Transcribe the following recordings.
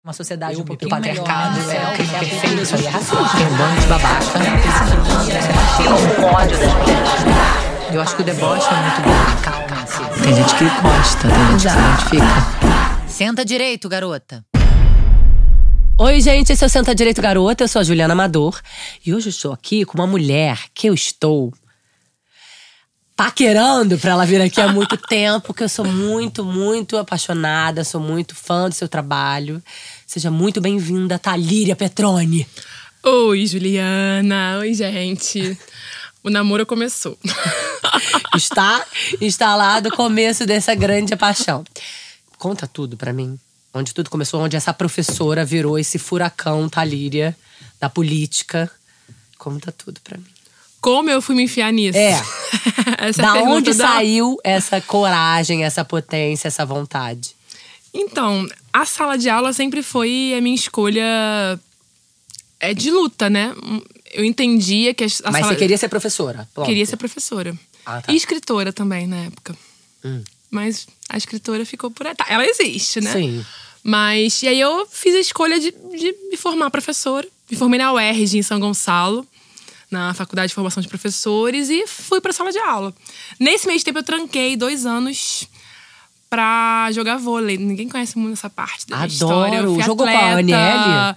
Uma sociedade um pouquinho patriarcado, melhor, o crime perfeito, isso aí é racismo. Tem um bando de babaca. Com ódio das mulheres. Eu acho que o deboche é muito bom. Calma-se. Tem gente que gosta, tem gente que se identifica. Senta direito, garota. Oi, gente, esse é o Senta Direito Garota, eu sou a Juliana Amador. E hoje eu estou aqui com uma mulher que eu estou paquerando pra ela vir aqui há muito tempo, que eu sou muito, muito apaixonada, sou muito fã do seu trabalho. Seja muito bem-vinda, Thalíria Petroni. Oi, Juliana. Oi, gente. O namoro começou. Está instalado o começo dessa grande paixão. Conta tudo pra mim. Onde tudo começou, onde essa professora virou esse furacão, Thalíria, da política. Conta tudo pra mim. Como eu fui me enfiar nisso? Essa Da pergunta onde saiu essa coragem, essa potência, essa vontade? Então, a sala de aula sempre foi a minha escolha de luta, né? Eu entendia que Mas você queria ser professora? Pronto. Queria ser professora. Ah, tá. E escritora também, na época. Mas a escritora ficou por aí. Tá, ela existe, né? Sim. Mas, e aí eu fiz a escolha de me formar professora. Me formei na UERJ, em São Gonçalo, na Faculdade de Formação de Professores, e fui pra sala de aula. Nesse meio de tempo eu tranquei 2 anos pra jogar vôlei. Ninguém conhece muito essa parte da minha história. Eu fui Jogou atleta, com a Aniele?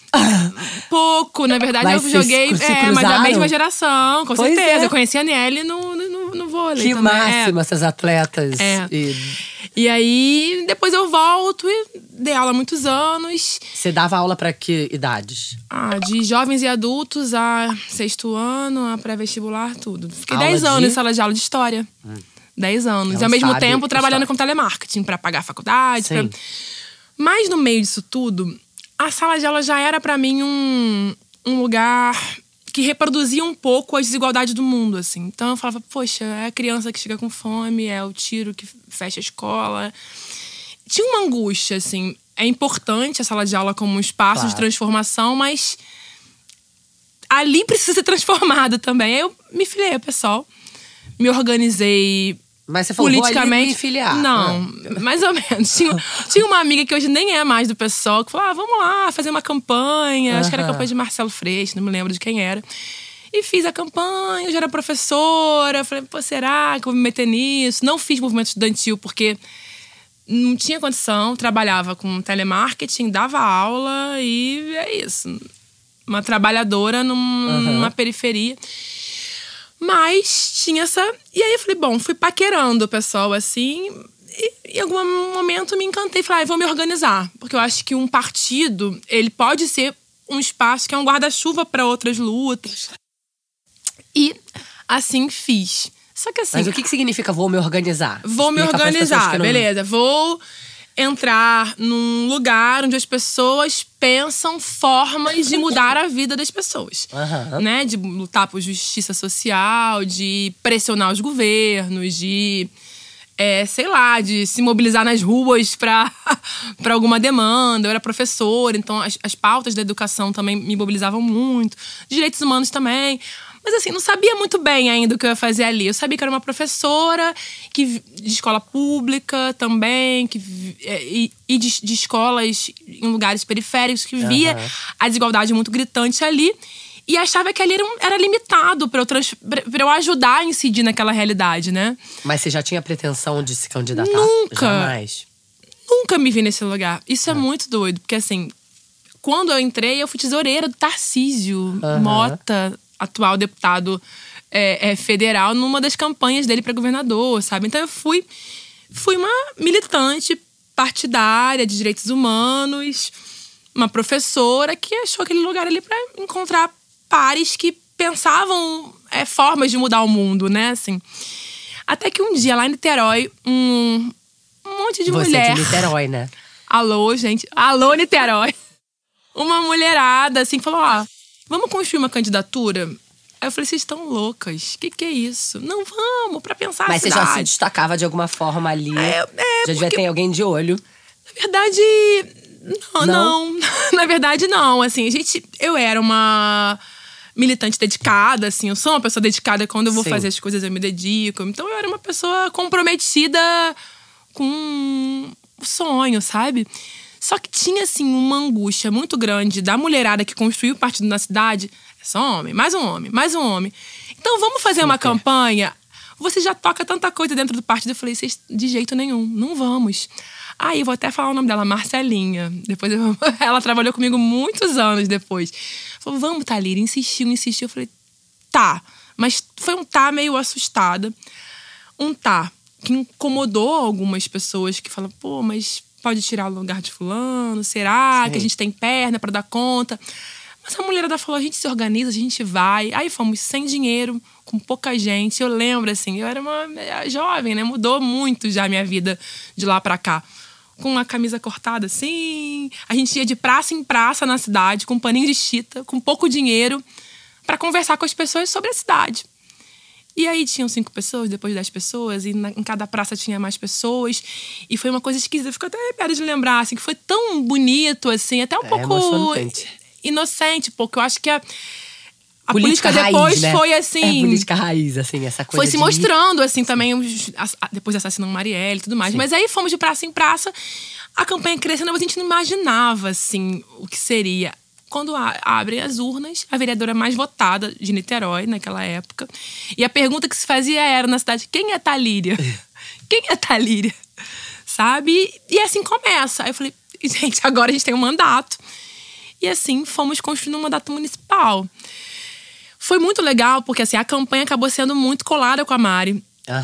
Pouco, na verdade. Mas eu joguei, se mas cruzaram? da mesma geração, com Pois certeza. é. Eu conheci a Aniele no vôlei Que também. máxima essas atletas. E aí, depois eu volto e dei aula há muitos anos. Você dava aula pra que idades? De jovens e adultos a 6º ano, a pré-vestibular, tudo. Fiquei Aula 10 de? anos em sala de aula de história. 10 anos. Ela E ao mesmo sabe tempo trabalhando história. com telemarketing pra pagar a faculdade. Sim. Mas no meio disso tudo, a sala de aula já era pra mim um lugar que reproduzia um pouco as desigualdades do mundo, assim. Então eu falava, poxa, é a criança que chega com fome, é o tiro que fecha a escola. Tinha uma angústia, assim. É importante a sala de aula como um espaço de transformação, mas ali precisa ser transformado também. Aí eu me filiei ao pessoal, me organizei. Mas você falou, politicamente, vou ali me filiar. Não, mais ou menos. Tinha uma amiga que hoje nem é mais do PSOL, que falou, vamos lá, fazer uma campanha. Acho que era a campanha de Marcelo Freixo, não me lembro de quem era. E fiz a campanha, eu já era professora. Falei, pô, será que eu vou me meter nisso? Não fiz movimento estudantil, porque não tinha condição. Trabalhava com telemarketing, dava aula e é isso. Uma trabalhadora numa periferia. Mas tinha essa... E aí eu falei, bom, fui paquerando o pessoal, assim. E em algum momento me encantei. Falei, vou me organizar. Porque eu acho que um partido, ele pode ser um espaço que é um guarda-chuva para outras lutas. E assim fiz. Só que assim... Mas o que significa vou me organizar? Vou me Explica pras pessoas organizar, que não... beleza. Vou entrar num lugar onde as pessoas pensam formas de mudar a vida das pessoas. Né? De lutar por justiça social, de pressionar os governos, de, sei lá, de se mobilizar nas ruas pra alguma demanda. Eu era professora, então as pautas da educação também me mobilizavam muito. Direitos humanos também. Mas assim, não sabia muito bem ainda o que eu ia fazer ali. Eu sabia que era uma professora de escola pública também, e de escolas em lugares periféricos, que via a desigualdade muito gritante ali. E achava que ali era limitado pra eu ajudar a incidir naquela realidade, né? Mas você já tinha pretensão de se candidatar? Nunca. Jamais? Nunca me vi nesse lugar. Isso é muito doido, porque assim, quando eu entrei, eu fui tesoureira do Tarcísio Mota, atual deputado federal, numa das campanhas dele para governador, sabe? Então eu fui uma militante partidária de direitos humanos, uma professora que achou aquele lugar ali para encontrar pares que pensavam formas de mudar o mundo, né? Assim. Até que um dia, lá em Niterói, um monte de mulher... Você é de Niterói, né? Alô, gente. Alô, Niterói. Uma mulherada, assim, falou, vamos construir uma candidatura? Aí eu falei, vocês estão loucas. Que é isso? Não, vamos, pra pensar Mas a você cidade. já se destacava de alguma forma ali? Já devia ter alguém de olho? Na verdade, não. Na verdade, não. Assim, eu era uma militante dedicada, assim. Eu sou uma pessoa dedicada. Quando eu vou fazer as coisas, eu me dedico. Então, eu era uma pessoa comprometida com o sonho, sabe? Só que tinha, assim, uma angústia muito grande da mulherada que construiu o partido na cidade. É só homem, mais um homem, mais um homem. Então vamos fazer uma campanha. Você já toca tanta coisa dentro do partido. Eu falei, vocês, de jeito nenhum, não vamos. Aí, vou até falar o nome dela, Marcelinha. Depois ela trabalhou comigo muitos anos depois. Falou, vamos, Thalíria. Insistiu. Eu falei, tá. Mas foi um tá meio assustada. Um tá que incomodou algumas pessoas que falam, pô, mas pode tirar o lugar de fulano? Será que a gente tem perna pra dar conta? Mas a mulherada falou, a gente se organiza, a gente vai. Aí fomos sem dinheiro, com pouca gente. Eu lembro, assim, eu era uma jovem, né? Mudou muito já a minha vida de lá pra cá. Com uma camisa cortada, assim. A gente ia de praça em praça na cidade, com um paninho de chita, com pouco dinheiro, pra conversar com as pessoas sobre a cidade. E aí tinham 5 pessoas, depois 10 pessoas, e em cada praça tinha mais pessoas. E foi uma coisa esquisita, eu fico até arrepiada de lembrar, assim, que foi tão bonito, assim, até um pouco inocente, porque eu acho que a política depois raiz, né? foi assim. Política raiz, assim, essa coisa. Foi se mostrando, assim, também, depois assassinam Marielle e tudo mais. Sim. Mas aí fomos de praça em praça, a campanha crescendo, mas a gente não imaginava, assim, o que seria. Quando abrem as urnas, a vereadora mais votada de Niterói, naquela época. E a pergunta que se fazia era na cidade, quem é Thalíria? Quem é Thalíria? Sabe? E assim começa. Aí eu falei, gente, agora a gente tem um mandato. E assim, fomos construindo um mandato municipal. Foi muito legal, porque assim, a campanha acabou sendo muito colada com a Mari.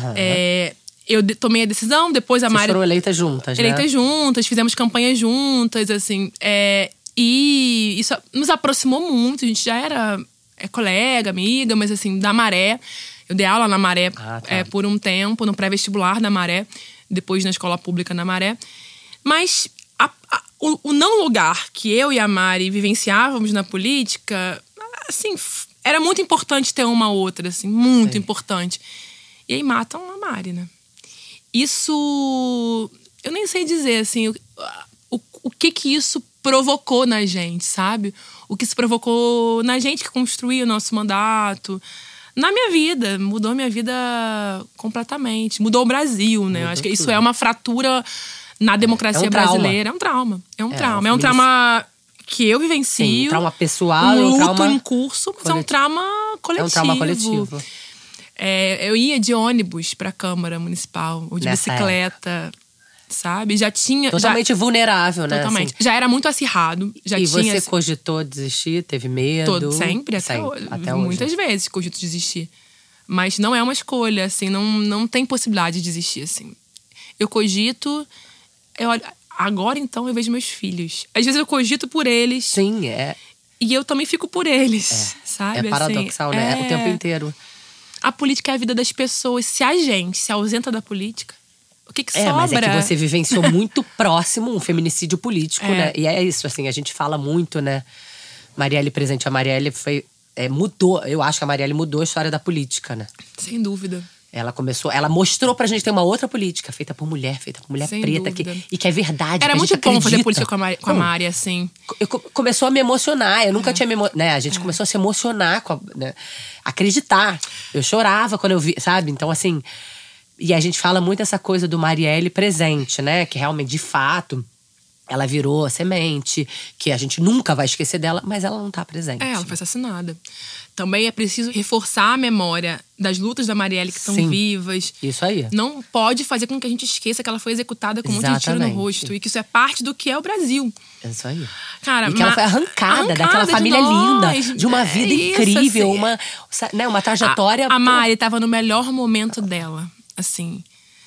Eu tomei a decisão, depois a Mari... Vocês foram eleitas juntas, né? Eleitas juntas, fizemos campanhas juntas, assim. E isso nos aproximou muito. A gente já era colega, amiga, mas assim, da Maré. Eu dei aula na Maré por um tempo, no pré-vestibular da Maré. Depois na escola pública na Maré. Mas o não lugar que eu e a Mari vivenciávamos na política, assim, era muito importante ter uma outra, assim, muito importante. E aí matam a Mari, né? Isso, eu nem sei dizer, assim, o que isso provocou na gente, sabe? O que se provocou na gente que construiu o nosso mandato. Na minha vida, mudou minha vida completamente. Mudou o Brasil, né? Eu acho que isso é uma fratura na democracia brasileira. É um trauma. É um trauma. É um trauma que eu vivencio. Sim, um trauma pessoal. Um luto trauma em curso, mas é um trauma coletivo. É um trauma coletivo. Eu ia de ônibus pra Câmara Municipal, ou de bicicleta, sabe? Já tinha... Totalmente vulnerável, né? Totalmente. Assim. Já era muito acirrado. Você cogitou desistir? Teve medo? Sempre, até hoje. Muitas vezes cogito desistir. Mas não é uma escolha, assim. Não tem possibilidade de desistir, assim. Eu cogito... Agora, então, eu vejo meus filhos. Às vezes eu cogito por eles. Sim, E eu também fico por eles, sabe? É paradoxal, né? O tempo inteiro. A política é a vida das pessoas. Se a gente se ausenta da política, o que sobra? Mas é que você vivenciou muito próximo um feminicídio político, né? E é isso, assim, a gente fala muito, né? Marielle presente. A Marielle mudou. Eu acho que a Marielle mudou a história da política, né? Sem dúvida. Ela mostrou pra gente ter uma outra política, feita por mulher Sem preta, e que é verdade. Era que muito a gente bom acredita. fazer política com a Mari, assim. Começou a me emocionar. Eu nunca tinha me emocionado. Né? A gente começou a se emocionar, né? Acreditar. Eu chorava quando eu vi, sabe? Então, assim. E a gente fala muito essa coisa do Marielle presente, né? Que realmente, de fato, ela virou semente, que a gente nunca vai esquecer dela, mas ela não tá presente. Ela foi assassinada. Também é preciso reforçar a memória das lutas da Marielle que estão vivas. Isso aí. Não pode fazer com que a gente esqueça que ela foi executada com um monte de tiro no rosto. E que isso é parte do que é o Brasil. Isso aí. Cara, e que ela foi arrancada daquela família linda, de uma vida incrível, assim, uma trajetória. A Mari tava no melhor momento dela. Assim,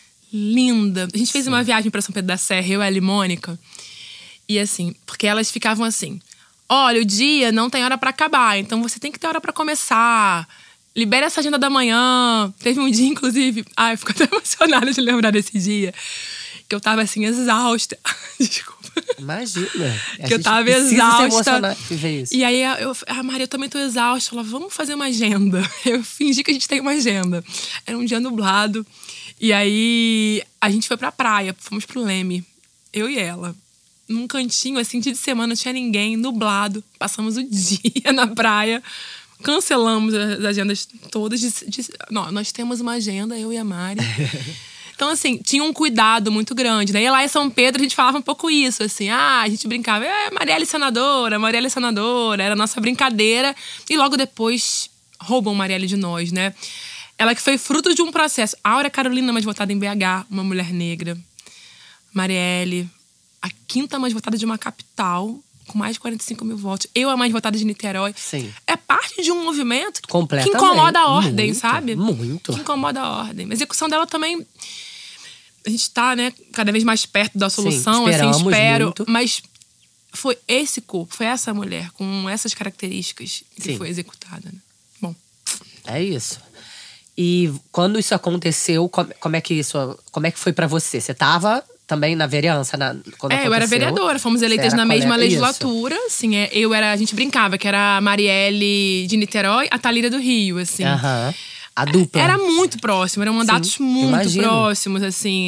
linda. A gente fez uma viagem pra São Pedro da Serra, eu e a Eli Mônica. E assim, porque elas ficavam assim... Olha, o dia não tem hora pra acabar, então você tem que ter hora pra começar. Libera essa agenda da manhã. Teve um dia, inclusive... Ai, eu fico até emocionada de lembrar desse dia. Que eu tava assim, exausta. Desculpa. Imagina. Que eu tava exausta. Isso. E aí, Maria, eu também tô exausta. Ela, vamos fazer uma agenda. Eu fingi que a gente tem uma agenda. Era um dia nublado. E aí, a gente foi pra praia. Fomos pro Leme. Eu e ela. Num cantinho, assim, dia de semana, não tinha ninguém, nublado. Passamos o dia na praia. Cancelamos as agendas todas. Não, nós temos uma agenda, eu e a Mari. Então, assim, tinha um cuidado muito grande, né? E lá em São Pedro a gente falava um pouco isso, assim. A gente brincava, Marielle senadora, era a nossa brincadeira. E logo depois roubam Marielle de nós, né? Ela que foi fruto de um processo. Áurea Carolina, mais votada em BH, uma mulher negra. Marielle, a 5ª mais votada de uma capital, com mais de 45 mil votos. Eu, a mais votada de Niterói. Sim. É parte de um movimento que Completamente. incomoda a ordem, Muito, sabe? muito. Que incomoda a ordem. A execução dela também… A gente tá, né, cada vez mais perto da solução. Sim, assim, espero. muito. Mas foi esse corpo, foi essa mulher, com essas características, que Sim. foi executada, né? Bom. É isso. E quando isso aconteceu, como é que foi pra você? Você tava também na vereança? Quando eu era aconteceu? vereadora. Fomos eleitas Você era na mesma colega- legislatura. Assim, a gente brincava que era a Marielle de Niterói, a Thalíria do Rio, assim. Aham. A dupla. Era muito próximo, eram mandatos Sim, muito imagino. próximos, assim.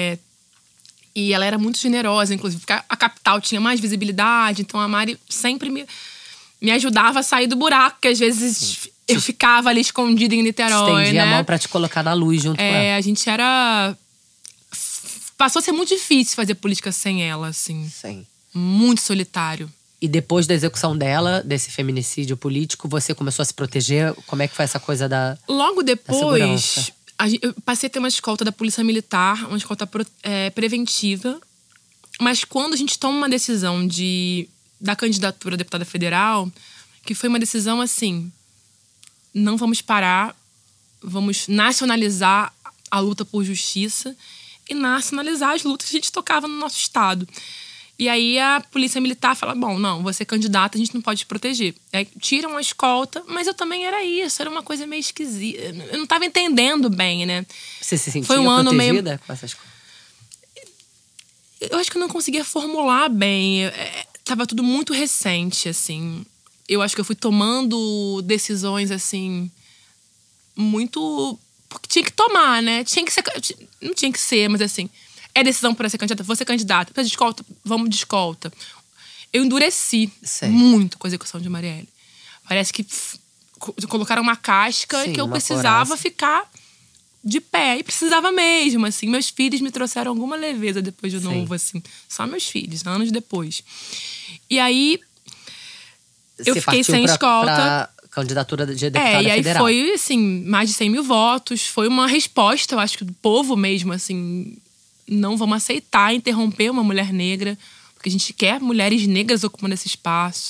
E ela era muito generosa, inclusive, porque a capital tinha mais visibilidade. Então a Mari sempre me ajudava a sair do buraco, que às vezes eu ficava ali escondida em Niterói, Estendia né? a mão pra te colocar na luz junto com ela. A gente era… Passou a ser muito difícil fazer política sem ela, assim. Sim. Muito solitário. E depois da execução dela, desse feminicídio político, você começou a se proteger? Como é que foi essa coisa da… Logo depois, segurança. eu passei a ter uma escolta da Polícia Militar, uma escolta preventiva. Mas quando a gente toma uma decisão da candidatura a deputada federal, que foi uma decisão assim… Não vamos parar, vamos nacionalizar a luta por justiça e nacionalizar as lutas que a gente tocava no nosso estado. E aí a Polícia Militar fala, bom, não, você é candidata, a gente não pode te proteger. Aí tiram a escolta, mas eu também era isso, era uma coisa meio esquisita. Eu não tava entendendo bem, né? Você se sentia Foi um ano protegida com essas coisas? Eu acho que eu não conseguia formular bem. Tava tudo muito recente, assim. Eu acho que eu fui tomando decisões, assim, muito… Porque tinha que tomar, né? Tinha que ser… Não tinha que ser, mas assim… É decisão para ser candidata, vou ser candidata. Precisa de escolta, vamos de escolta. Eu endureci muito com a execução de Marielle. Parece que colocaram uma casca. Sim, que eu uma precisava coraça. ficar de pé. E precisava mesmo, assim. Meus filhos me trouxeram alguma leveza depois de novo, assim. Só meus filhos, anos depois. E aí… Eu Você fiquei partiu sem escolta. pra candidatura de deputada E aí federal. foi, assim, mais de 100 mil votos. Foi uma resposta, eu acho que do povo mesmo, assim… Não vamos aceitar interromper uma mulher negra, porque a gente quer mulheres negras ocupando esse espaço.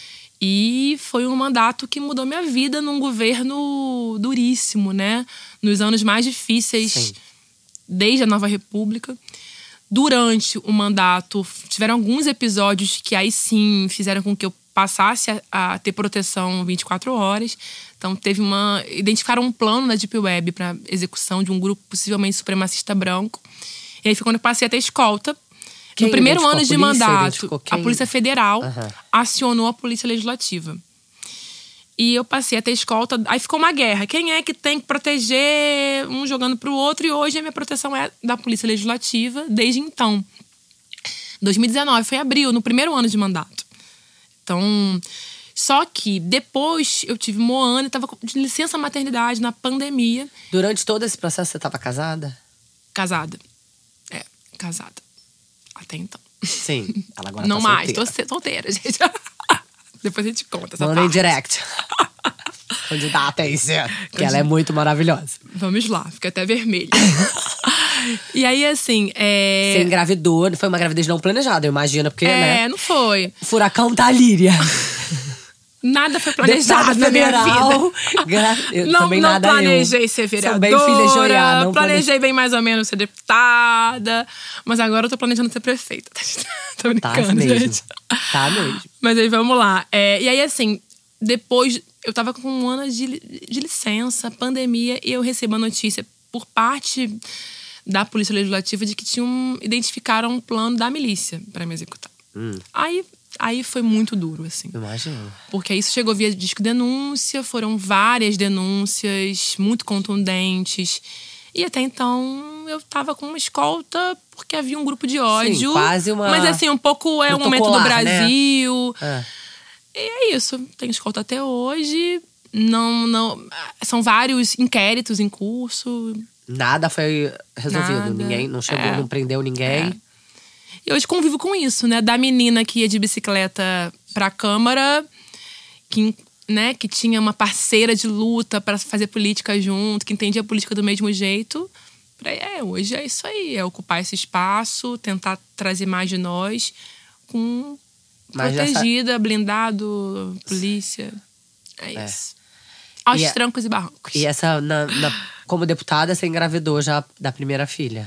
E foi um mandato que mudou minha vida num governo duríssimo, né? Nos anos mais difíceis, Sim. desde a Nova República. Durante o mandato, tiveram alguns episódios que aí sim fizeram com que eu passasse a ter proteção 24 horas. Então, identificaram um plano na Deep Web para execução de um grupo possivelmente supremacista branco. E aí foi quando eu passei a ter escolta. Quem no primeiro identificou? ano de A polícia mandato, identificou quem? a Polícia Federal Aham. acionou a Polícia Legislativa. E eu passei a ter escolta. Aí ficou uma guerra. Quem é que tem que proteger um jogando pro outro? E hoje a minha proteção é da Polícia Legislativa desde então. 2019, foi em abril, no primeiro ano de mandato. Então… Só que depois eu tive Moana e tava de licença maternidade na pandemia. Durante todo esse processo, você estava casada? Casada. Casada. Até então. Sim. Ela agora Não tá mais, solteira. tô solteira, gente. Depois a gente conta essa Manda em parte. direct. Candidata aí, Zé. Que ela é muito maravilhosa. Vamos lá, fica até vermelha. E aí, assim… Você engravidou, foi uma gravidez não planejada, eu imagino, porque, né? não foi. Furacão Thalíria. Nada foi planejado na minha vida. Eu Não também nada planejei ser vereadora. Sou bem filha de Oiá, não planejei bem mais ou menos ser deputada. Mas agora eu tô planejando ser prefeita. Tô brincando, Tá mesmo. gente. Tá mesmo. Mas aí, vamos lá. E aí, assim, depois… Eu tava com um ano de licença, pandemia. E eu recebo a notícia por parte da Polícia Legislativa de que identificaram um plano da milícia pra me executar. Aí foi muito duro, assim. Imagino. Porque isso chegou via disco denúncia, foram várias denúncias muito contundentes. E até então eu tava com uma escolta porque havia um grupo de ódio. Sim, quase uma… Mas assim, um pouco o momento do protocolar, Brasil. né? E é isso, tenho escolta até hoje. Não, são vários inquéritos em curso. Nada foi resolvido. Nada. Ninguém não chegou, não prendeu ninguém. E hoje convivo com isso, né? Da menina que ia de bicicleta pra Câmara, que tinha uma parceira de luta pra fazer política junto, que entendia a política do mesmo jeito. Hoje é isso aí. É ocupar esse espaço, tentar trazer mais de nós com protegida, blindado, polícia. É isso. Aos trancos e barrancos. E essa, como deputada, você engravidou já da primeira filha?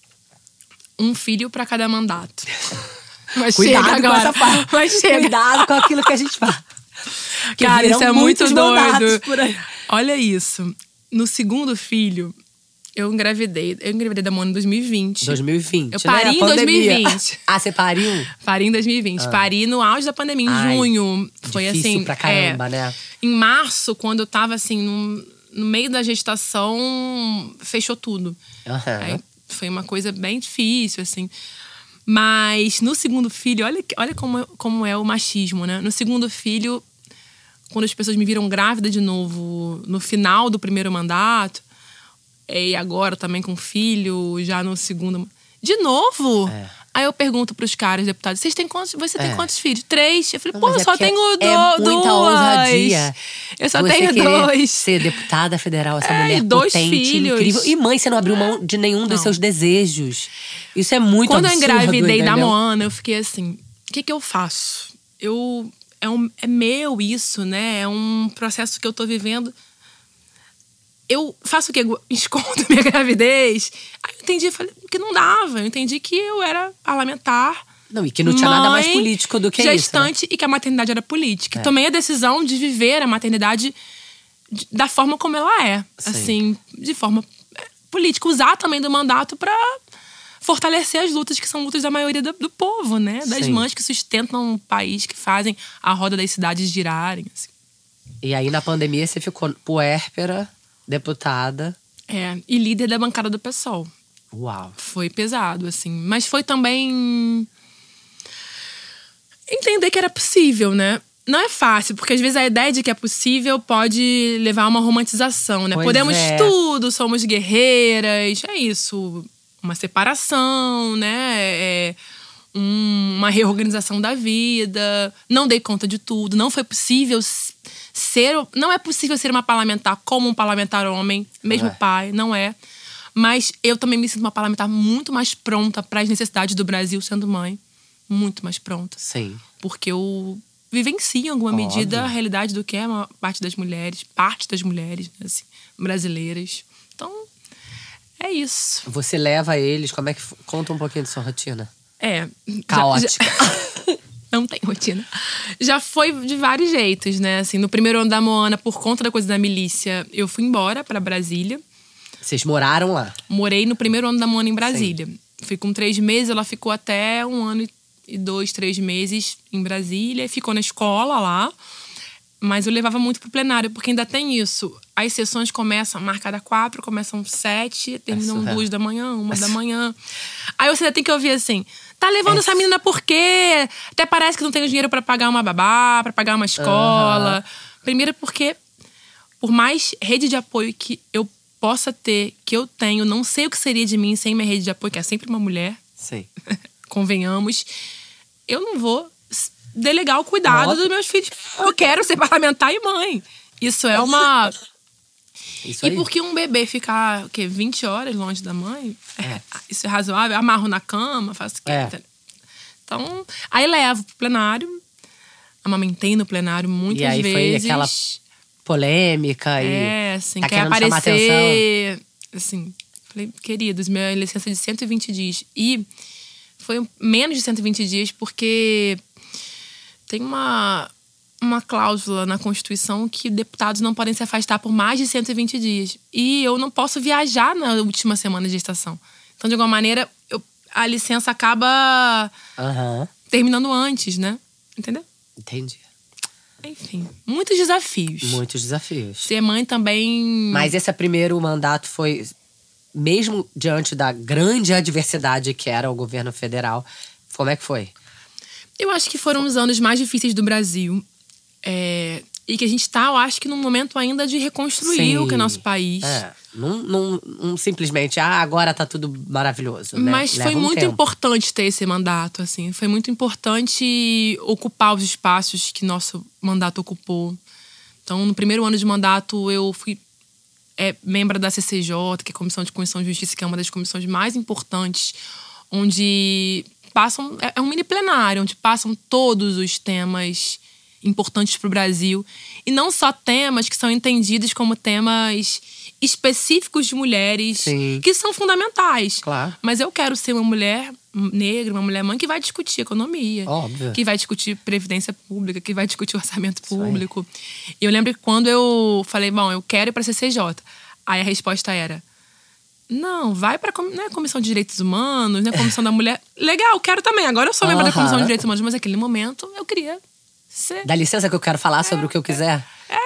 Um filho pra cada mandato. Mas Cuidado chega com agora. essa parte. Mas chega. Cuidado com aquilo que a gente fala. Cara, isso é muito doido. Por aí. Olha isso. No segundo filho, eu engravidei. Eu engravidei da Mona em 2020. 2020, Eu parei em 2020. Ah, você pariu? Parei em 2020. Parei no auge da pandemia, em junho. Foi difícil assim. pra caramba, né? Em março, quando eu tava assim, no meio da gestação, fechou tudo. Aí, foi uma coisa bem difícil, assim. Mas no segundo filho, olha como é o machismo, né? No segundo filho, quando as pessoas me viram grávida de novo, no final do primeiro mandato, e agora também com filho, já no segundo. De novo? Aí eu pergunto pros caras, deputados, você tem quantos filhos? 3. Eu falei, eu só tenho duas. Muita ousadia. Eu só tenho 2. Ser deputada federal, essa mulher 2 potente, filhos. incrível. E mãe, você não abriu mão de nenhum dos seus desejos. Isso é muito Quando absurdo. eu engravidei da entendeu? Moana, eu fiquei assim, o que eu faço? É meu isso, né? É um processo que eu tô vivendo. Eu faço o quê? Escondo minha gravidez? Aí eu entendi, falei que não dava. Eu entendi que eu era parlamentar. Não, e que não tinha nada mais político do que gestante, isso, né? E que a maternidade era política. Tomei a decisão de viver a maternidade da forma como ela é. Sim. Assim, de forma política. Usar também do mandato pra fortalecer as lutas que são lutas da maioria do povo, né? Das mães que sustentam o país, que fazem a roda das cidades girarem. Assim. E aí, na pandemia, você ficou puérpera, deputada. E líder da bancada do PSOL. Uau. Foi pesado, assim. Mas foi também entender que era possível, né? Não é fácil, porque às vezes a ideia de que é possível pode levar a uma romantização, né? Pois Podemos é. tudo, somos guerreiras, é isso. Uma separação, né? Uma reorganização da vida. Não dei conta de tudo. Não foi possível não é possível ser uma parlamentar como um parlamentar homem, mesmo pai, não é. Mas eu também me sinto uma parlamentar muito mais pronta para as necessidades do Brasil sendo mãe. Muito mais pronta. Sim. Porque eu vivencio em alguma medida a realidade do que é uma parte das mulheres, né, assim, brasileiras. Então, é isso. Você leva eles, como é que… Conta um pouquinho de sua rotina. Caótica. Não tem rotina. Já foi de vários jeitos, né? Assim, no primeiro ano da Moana, por conta da coisa da milícia, eu fui embora pra Brasília. Vocês moraram lá? Morei no primeiro ano da Moana em Brasília. Fui com 3 meses, ela ficou até 1 ano e 2, 3 meses em Brasília. Ficou na escola lá. Mas eu levava muito pro plenário, porque ainda tem isso. As sessões começam marcadas 4, começam 7, terminam 2 da manhã, 1 da manhã. Aí você tem que ouvir assim… Tá levando essa menina por quê? Até parece que não tem dinheiro pra pagar uma babá, pra pagar uma escola. Primeiro porque, por mais rede de apoio que eu possa ter, que eu tenho, não sei o que seria de mim sem minha rede de apoio, que é sempre uma mulher. Sim. Convenhamos. Eu não vou delegar o cuidado dos meus filhos. Eu quero ser parlamentar e mãe. Isso é uma… Isso aí. E porque um bebê ficar, 20 horas longe da mãe, isso é razoável. Amarro na cama, faço o quê? Então, aí levo pro plenário. Amamentei no plenário muitas vezes. E aí foi aquela polêmica e… assim, tá quer querendo aparecer… Assim, falei, queridos, minha licença de 120 dias. E foi menos de 120 dias porque tem uma cláusula na Constituição que deputados não podem se afastar por mais de 120 dias. E eu não posso viajar na última semana de gestação. Então, de alguma maneira, a licença acaba terminando antes, né? Entendeu? Entendi. Enfim, muitos desafios. Muitos desafios. Ser mãe também… Mas esse primeiro mandato foi… Mesmo diante da grande adversidade que era o governo federal, como é que foi? Eu acho que foram os anos mais difíceis do Brasil. E que a gente tá, eu acho que num momento ainda de reconstruir o que é nosso país. Não simplesmente, agora tá tudo maravilhoso, né? Mas Leva foi um muito tempo. importante ter esse mandato, assim. Foi muito importante ocupar os espaços que nosso mandato ocupou. Então, no primeiro ano de mandato, eu fui membro da CCJ, que é a Comissão de Constituição e Justiça, que é uma das comissões mais importantes, onde passam… É um mini plenário, onde passam todos os temas importantes para o Brasil. E não só temas que são entendidos como temas específicos de mulheres, Sim. que são fundamentais. Claro. Mas eu quero ser uma mulher negra, uma mulher mãe que vai discutir economia. Óbvio. Que vai discutir previdência pública, que vai discutir orçamento público. E eu lembro que quando eu falei, bom, eu quero ir para a CCJ. Aí a resposta era… Não, vai pra Comissão de Direitos Humanos, né? Comissão da Mulher. Legal, quero também. Agora eu sou membro da Comissão de Direitos Humanos, mas naquele momento eu queria ser… Dá licença que eu quero falar sobre o que eu quiser.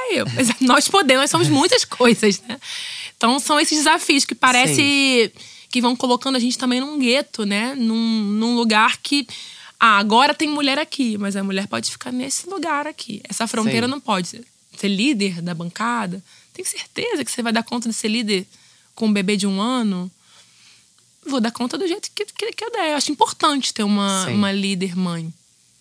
Nós somos muitas coisas, né? Então são esses desafios que parece que vão colocando a gente também num gueto, né? Num lugar que… agora tem mulher aqui, mas a mulher pode ficar nesse lugar aqui. Essa fronteira não pode ser líder da bancada. Tem certeza que você vai dar conta de ser líder com um bebê de 1 ano? Vou dar conta do jeito que eu der. Eu acho importante ter uma líder mãe.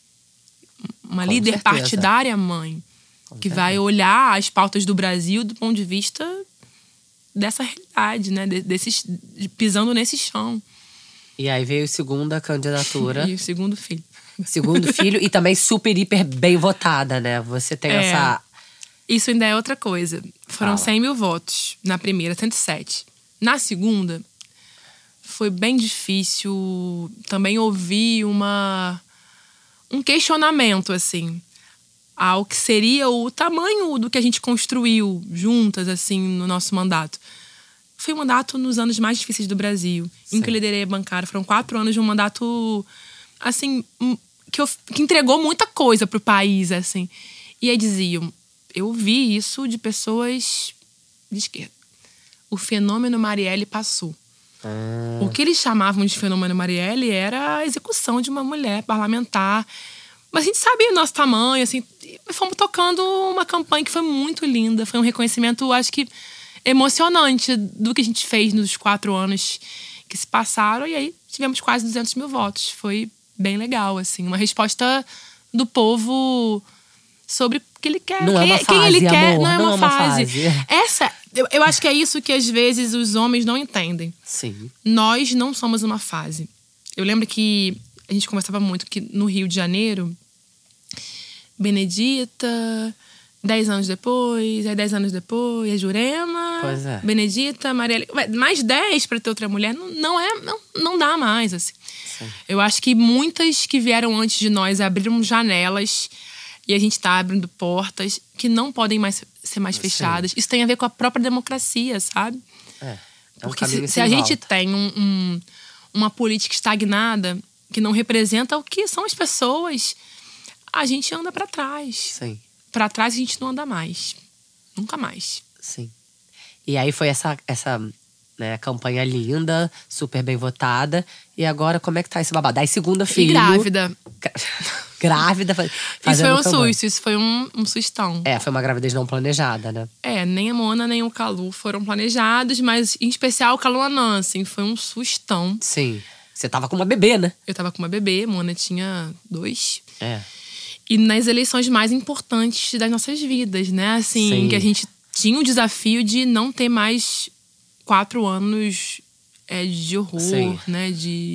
Uma Com líder certeza. partidária mãe. Que vai olhar as pautas do Brasil do ponto de vista dessa realidade, né? Pisando nesse chão. E aí veio a segunda candidatura. E o segundo filho. Segundo filho e também super, hiper bem votada, né? Você tem essa… Isso ainda é outra coisa. Foram Fala. 100 mil votos na primeira, 107. Na segunda, foi bem difícil também ouvir um questionamento, assim, ao que seria o tamanho do que a gente construiu juntas, assim, no nosso mandato. Foi um mandato nos anos mais difíceis do Brasil, em que eu liderei a bancada. Foram 4 anos de um mandato, assim, que entregou muita coisa pro país, assim. E aí diziam… Eu vi isso de pessoas de esquerda. O fenômeno Marielle passou. O que eles chamavam de fenômeno Marielle era a execução de uma mulher parlamentar. Mas a gente sabia o nosso tamanho, assim. Fomos tocando uma campanha que foi muito linda. Foi um reconhecimento, acho que, emocionante do que a gente fez nos 4 anos que se passaram. E aí tivemos quase 200 mil votos. Foi bem legal, assim. Uma resposta do povo sobre o que ele quer. Não é uma fase, quem ele quer, amor, não é uma fase. fase. Eu acho que é isso que às vezes os homens não entendem. Sim. Nós não somos uma fase. Eu lembro que a gente conversava muito que no Rio de Janeiro, Benedita, 10 anos depois, aí 10 anos depois, a Jurema, Pois é. Benedita, Marielle, mais 10 para ter outra mulher, não dá mais, assim. Sim. Eu acho que muitas que vieram antes de nós abriram janelas e a gente tá abrindo portas que não podem mais ser mais fechadas. Isso tem a ver com a própria democracia, sabe? Porque se a gente tem uma política estagnada que não representa o que são as pessoas, a gente anda para trás. Sim. Para trás a gente não anda mais. Nunca mais. Sim. E aí foi essa né, campanha linda, super bem votada. E agora, como é que tá esse babado? Aí, segunda filho… E grávida. Grávida, Isso fazendo foi um campanha. susto, isso foi um sustão. Foi uma gravidez não planejada, né? Nem a Mona, nem o Calu foram planejados, mas em especial o Calu Anã, assim, foi um sustão. Sim. Você tava com uma bebê, né? Eu tava com uma bebê, Mona tinha 2. É. E nas eleições mais importantes das nossas vidas, né? Assim, Sim. que a gente tinha o desafio de não ter mais 4 anos de horror, Sim. né?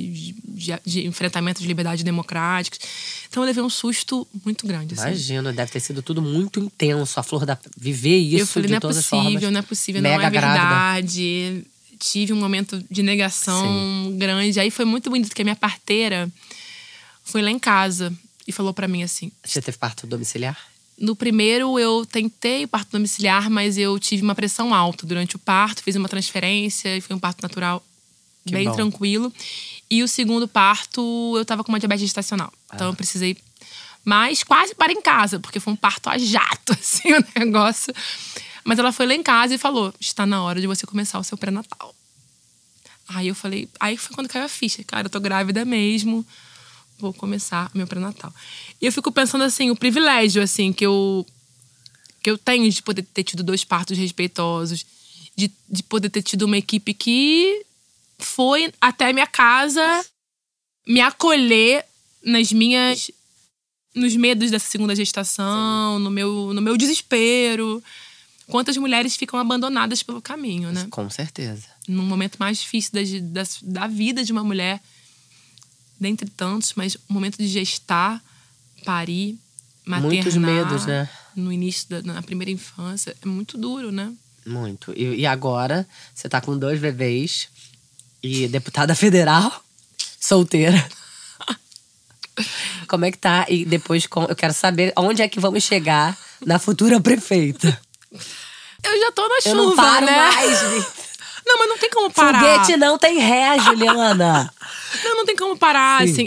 De enfrentamento de liberdades democráticas. Então eu levei um susto muito grande. Assim. Imagina, deve ter sido tudo muito intenso. A flor da… Viver isso Eu falei, de não é todas as possível, formas. não é possível, Mega não é grávida. verdade. Tive um momento de negação grande. Aí foi muito bonito, porque a minha parteira foi lá em casa e falou pra mim assim… Você teve parto domiciliar? No primeiro, eu tentei o parto domiciliar, mas eu tive uma pressão alta durante o parto. Fiz uma transferência e foi um parto natural bem bom. tranquilo. E o segundo parto, eu tava com uma diabetes gestacional. Então eu precisei… Mas quase para em casa, porque foi um parto a jato, assim, o negócio. Mas ela foi lá em casa e falou, está na hora de você começar o seu pré-natal. Aí eu falei… Aí foi quando caiu a ficha. Cara, eu tô grávida mesmo. Vou começar meu pré-natal. E eu fico pensando, assim, o privilégio, assim, que eu que eu tenho de poder ter tido 2 partos respeitosos, de poder ter tido uma equipe que foi até minha casa me acolher nos medos dessa segunda gestação, no meu desespero. Quantas mulheres ficam abandonadas pelo caminho, né? Com certeza. No momento mais difícil da vida de uma mulher, dentre tantos, mas o momento de gestar, parir, maternar. Muitos medos, né? No início, na primeira infância. É muito duro, né? Muito. E agora, você tá com 2 bebês e deputada federal, solteira. Como é que tá? E depois, eu quero saber onde é que vamos chegar na futura prefeita. Eu já tô na chuva, eu não paro né? mais. Não, mas não tem como parar. Foguete não tem ré, Juliana. Não tem como parar, Sim. assim.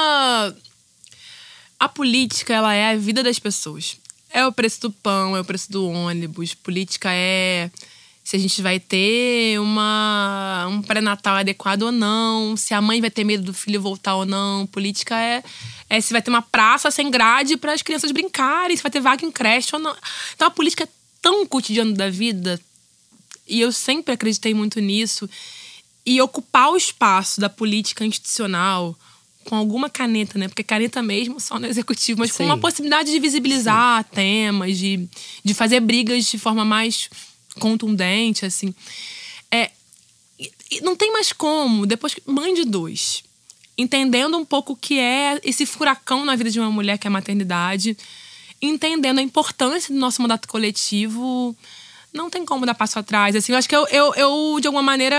A política, ela é a vida das pessoas. É o preço do pão, é o preço do ônibus. Política é se a gente vai ter um pré-natal adequado ou não, se a mãe vai ter medo do filho voltar ou não. Política é se vai ter uma praça sem grade para as crianças brincarem, se vai ter vaga em creche ou não. Então a política é tão cotidiano da vida, e eu sempre acreditei muito nisso. E ocupar o espaço da política institucional com alguma caneta, né? Porque caneta mesmo só no executivo, mas com uma possibilidade de visibilizar temas, de fazer brigas de forma mais contundente, assim. Não tem mais como, depois mãe de 2, entendendo um pouco o que é esse furacão na vida de uma mulher, que é a maternidade, entendendo a importância do nosso mandato coletivo, não tem como dar passo atrás. Assim, eu acho que eu de alguma maneira,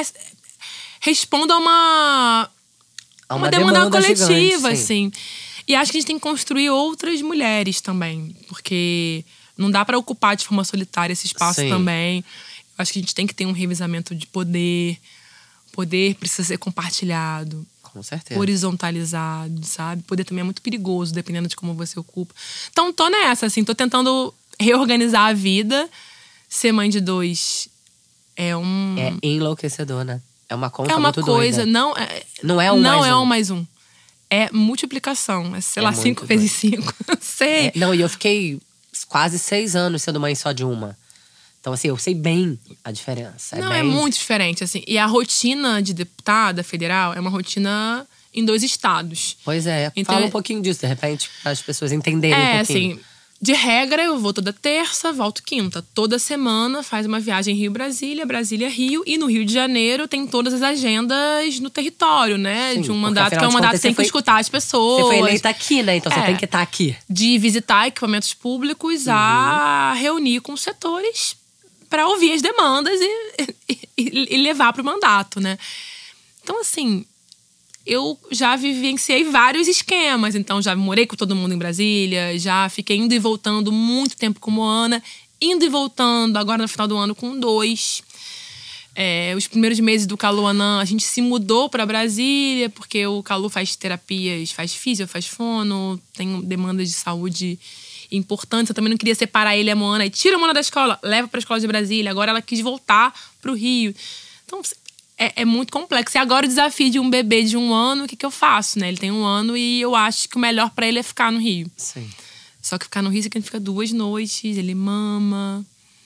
respondo a uma demanda coletiva, gigante, assim. E acho que a gente tem que construir outras mulheres também, porque não dá para ocupar de forma solitária esse espaço também. Acho que a gente tem que ter um revezamento de poder. Poder precisa ser compartilhado. Com certeza. Horizontalizado, sabe? Poder também é muito perigoso, dependendo de como você ocupa. Então, tô nessa, assim. Tô tentando reorganizar a vida. Ser mãe de 2 é enlouquecedor, né? É uma conta é uma muito coisa, doida. Não é um mais um. É multiplicação. É, sei lá, 5 vezes 5. Sei. E eu fiquei quase 6 anos sendo mãe só de uma. Então, assim, eu sei bem a diferença. É muito diferente, assim. E a rotina de deputada federal é uma rotina em 2 estados. Pois é. Então, fala um pouquinho disso, de repente, para as pessoas entenderem um pouquinho. Assim, de regra, eu vou toda terça, volto quinta. Toda semana faz uma viagem Rio-Brasília, Brasília-Rio. E no Rio de Janeiro tem todas as agendas no território, né? Sim, de um mandato que é um mandato que tem que escutar as pessoas. Você foi eleita aqui, né? Então você tem que estar aqui. De visitar equipamentos públicos a reunir com os setores para ouvir as demandas e levar para o mandato, né? Então, assim, eu já vivenciei vários esquemas. Então, já morei com todo mundo em Brasília, já fiquei indo e voltando muito tempo com Moana, indo e voltando agora no final do ano com 2. Os primeiros meses do Calu Anã, a gente se mudou para Brasília, porque o Calu faz terapias, faz físio, faz fono, tem demandas de saúde importantes. Eu também não queria separar ele e a Moana. E tira a Moana da escola, leva para a escola de Brasília. Agora ela quis voltar para o Rio. Então, é muito complexo. E agora o desafio de um bebê de 1 ano, o que eu faço, né? Ele tem 1 ano e eu acho que o melhor para ele é ficar no Rio. Sim. Só que ficar no Rio significa 2 noites, ele mama.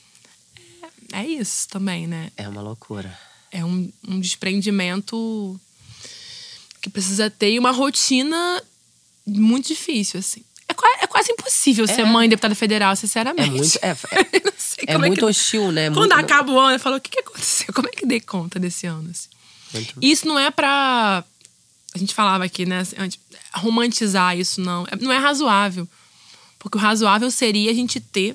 É isso também, né? É uma loucura. É um desprendimento que precisa ter uma rotina muito difícil, assim. É quase impossível ser mãe deputada federal, sinceramente. É muito, não sei como muito hostil, né? Quando acaba o ano, eu falo, o que aconteceu? Como é que dei conta desse ano? Assim? Isso não é pra... A gente falava aqui, né? Romantizar isso, não. Não é razoável. Porque o razoável seria a gente ter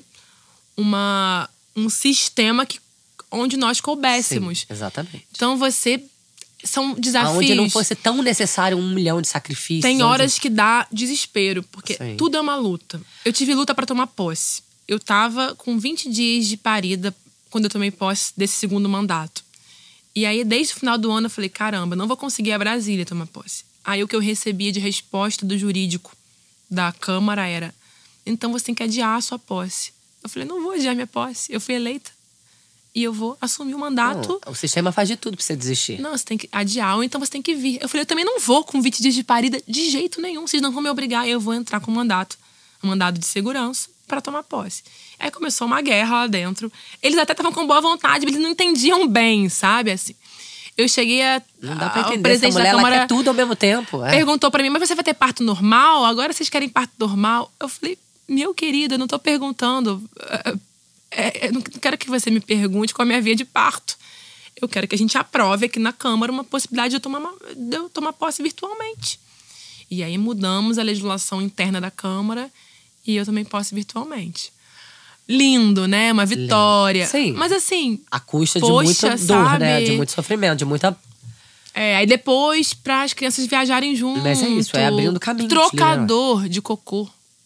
um sistema onde nós coubéssemos. Sim, exatamente. Então são desafios. Onde não fosse tão necessário 1 milhão de sacrifícios. Tem horas que dá desespero, porque Sim. tudo é uma luta. Eu tive luta pra tomar posse. Eu tava com 20 dias de parida quando eu tomei posse desse 2º mandato. E aí, desde o final do ano, eu falei, caramba, não vou conseguir a Brasília tomar posse. Aí o que eu recebia de resposta do jurídico da Câmara era, então você tem que adiar a sua posse. Eu falei, não vou adiar minha posse. Eu fui eleita. E eu vou assumir o mandato. Não, o sistema faz de tudo pra você desistir. Não, você tem que adiar, ou então você tem que vir. Eu falei, eu também não vou com 20 dias de parida de jeito nenhum. Vocês não vão me obrigar, eu vou entrar com o mandato. Um mandado de segurança. para tomar posse. Aí começou uma guerra lá dentro. Eles até estavam com boa vontade, mas eles não entendiam bem, sabe? Assim, eu cheguei a… Não dá pra o entender, presidente essa mulher, da Câmara ela quer tudo ao mesmo tempo. perguntou pra mim, mas você vai ter parto normal? Agora vocês querem parto normal? Eu falei, meu querido, eu não tô perguntando. Eu não quero que você me pergunte qual é a minha via de parto. Eu quero que a gente aprove aqui na Câmara uma possibilidade de eu tomar posse virtualmente. E aí mudamos a legislação interna da Câmara e eu tomei posse virtualmente. Lindo, né? Uma vitória. Sim. Mas assim… A custa de poxa, muita dor, sabe? né? De muito sofrimento, de muita… Aí depois, para as crianças viajarem junto. Mas é isso, é abrindo caminho. Trocador de cocô.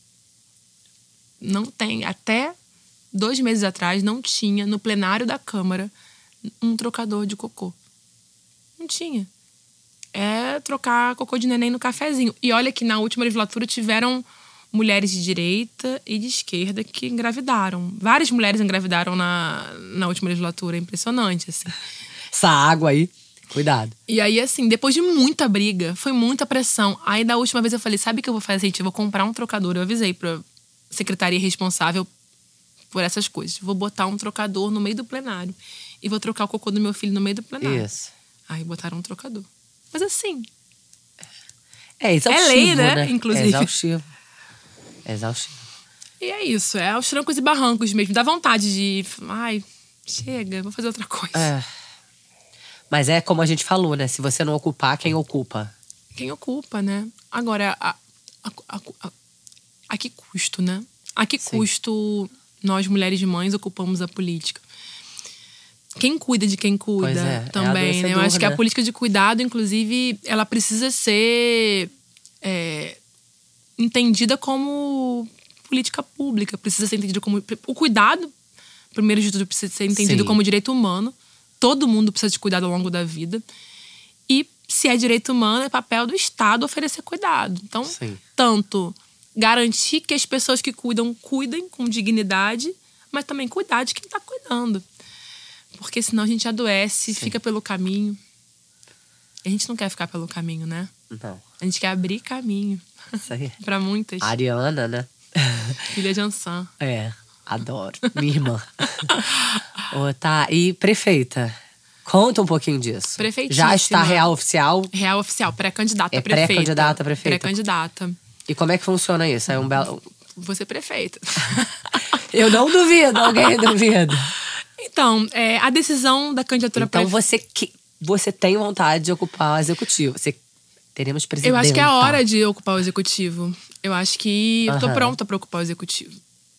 Não tem. Até 2 meses atrás, não tinha no plenário da Câmara um trocador de cocô. Não tinha. É trocar cocô de neném no cafezinho. E olha que na última legislatura tiveram mulheres de direita e de esquerda que engravidaram. Várias mulheres engravidaram na última legislatura. É impressionante, assim. Essa água aí, cuidado. E aí, assim, depois de muita briga, foi muita pressão. Aí, da última vez eu falei, sabe o que eu vou fazer, gente? Eu vou comprar um trocador. Eu avisei pra secretaria responsável por essas coisas. Vou botar um trocador no meio do plenário. E vou trocar o cocô do meu filho no meio do plenário. Isso. Aí botaram um trocador. Mas assim… É exaustivo, é lei, né? Inclusive. É exaustivo. É exaustivo. E é isso. É aos trancos e barrancos mesmo. Dá vontade de… Ai, chega, vou fazer outra coisa. É. Mas é como a gente falou, né? Se você não ocupar, quem ocupa? Quem ocupa, né? Agora, a que custo, né? A que custo nós, mulheres e mães, ocupamos a política? Quem cuida de quem cuida também, né? Eu acho que a política de cuidado, inclusive, ela precisa ser entendida como política pública. Precisa ser entendida como… O cuidado, primeiro de tudo, precisa ser entendido como direito humano. Todo mundo precisa de cuidado ao longo da vida. E se é direito humano, é papel do Estado oferecer cuidado. Então, tanto garantir que as pessoas que cuidem com dignidade, mas também cuidar de quem está cuidando. Porque senão a gente adoece, fica pelo caminho. E a gente não quer ficar pelo caminho, né? Não. A gente quer abrir caminho. Isso aí. Pra muitas. A Ariana, né? Filha de Ansan. Adoro. Minha irmã. Tá. E prefeita? Conta um pouquinho disso. Prefeitíssima. Já está real oficial? Real oficial. Pré-candidata a prefeita. Pré-candidata a prefeita. Pré-candidata. E como é que funciona isso? É um belo… Você prefeita. Eu não duvido, alguém duvida. Então, a decisão da candidatura… Então você tem vontade de ocupar o executivo. Teremos presidente. Eu acho que é a hora de ocupar o executivo. Eu acho que eu tô pronta para ocupar o executivo.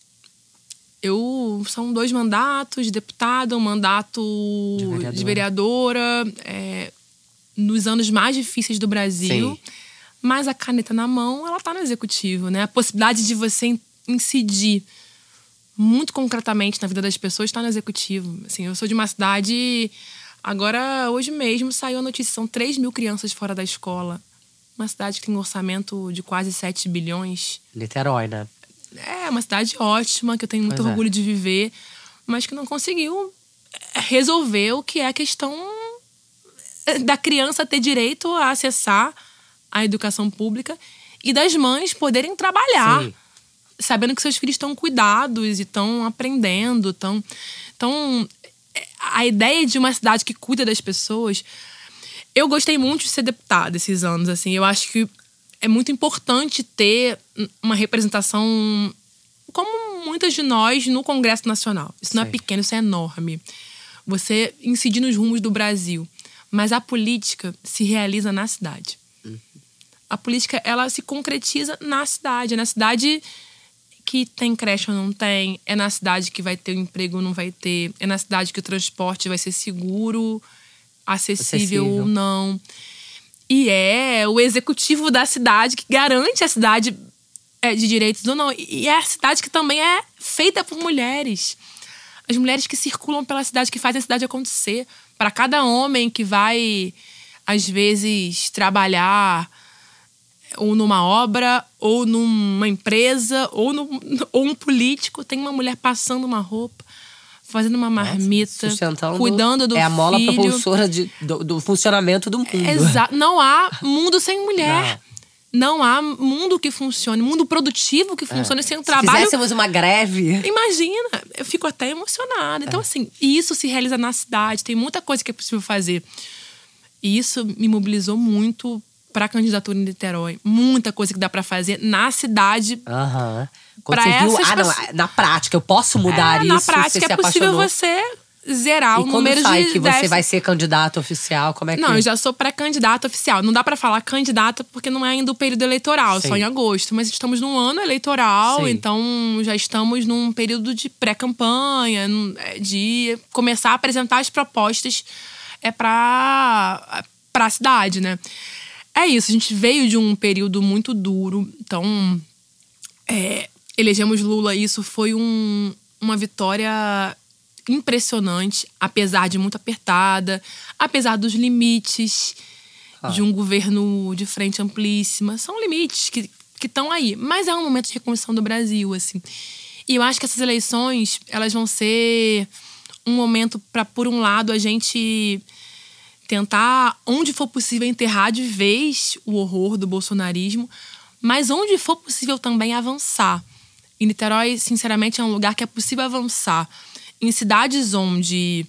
São 2 mandatos de deputada, um mandato de vereadora. Nos anos mais difíceis do Brasil. Sim. Mas a caneta na mão, ela tá no executivo, né? A possibilidade de você incidir muito concretamente na vida das pessoas está no executivo. Assim, eu sou de uma cidade… Agora, hoje mesmo, saiu a notícia. São 3 mil crianças fora da escola. Uma cidade que tem um orçamento de quase 7 bilhões. Niterói, né? É uma cidade ótima, que eu tenho muito orgulho de viver. Mas que não conseguiu resolver o que é a questão da criança ter direito a acessar a educação pública e das mães poderem trabalhar. Sim. Sabendo que seus filhos estão cuidados e estão aprendendo. Então, a ideia de uma cidade que cuida das pessoas… Eu gostei muito de ser deputada esses anos. Assim, eu acho que é muito importante ter uma representação como muitas de nós no Congresso Nacional. Isso não é pequeno, isso é enorme. Você incidir nos rumos do Brasil. Mas a política se realiza na cidade. A política, ela se concretiza na cidade. É na cidade que tem creche ou não tem. É na cidade que vai ter o emprego ou não vai ter. É na cidade que o transporte vai ser seguro, acessível ou não. E é o executivo da cidade que garante a cidade de direitos ou não. E é a cidade que também é feita por mulheres. As mulheres que circulam pela cidade, que fazem a cidade acontecer. Para cada homem que vai, às vezes, trabalhar ou numa obra, ou numa empresa, ou um político, tem uma mulher passando uma roupa, fazendo uma marmita, cuidando do filho. É a mola propulsora do funcionamento do mundo. Exato. Não há mundo sem mulher. não há mundo que funcione, mundo produtivo que funcione sem trabalho. Se fizéssemos uma greve… Imagina, eu fico até emocionada. Então, assim, isso se realiza na cidade. Tem muita coisa que é possível fazer. E isso me mobilizou muito pra candidatura em Niterói. Muita coisa que dá pra fazer na cidade. Quando você viu, na prática, eu posso mudar isso. Na prática, é possível você zerar o número de… E quando sai que você vai ser candidato oficial, como é que… Não, eu já sou pré-candidata oficial. Não dá pra falar candidata porque não é ainda o período eleitoral, só em agosto. Mas estamos num ano eleitoral, então já estamos num período de pré-campanha, de começar a apresentar as propostas pra cidade, né? É isso, a gente veio de um período muito duro, então elegemos Lula. Isso foi uma vitória impressionante, apesar de muito apertada, apesar dos limites de um governo de frente amplíssima. São limites que estão aí, mas é um momento de reconstrução do Brasil, assim. E eu acho que essas eleições, elas vão ser um momento para, por um lado, a gente tentar, onde for possível, enterrar de vez o horror do bolsonarismo, mas onde for possível também avançar. E Niterói, sinceramente, é um lugar que é possível avançar. Em cidades onde,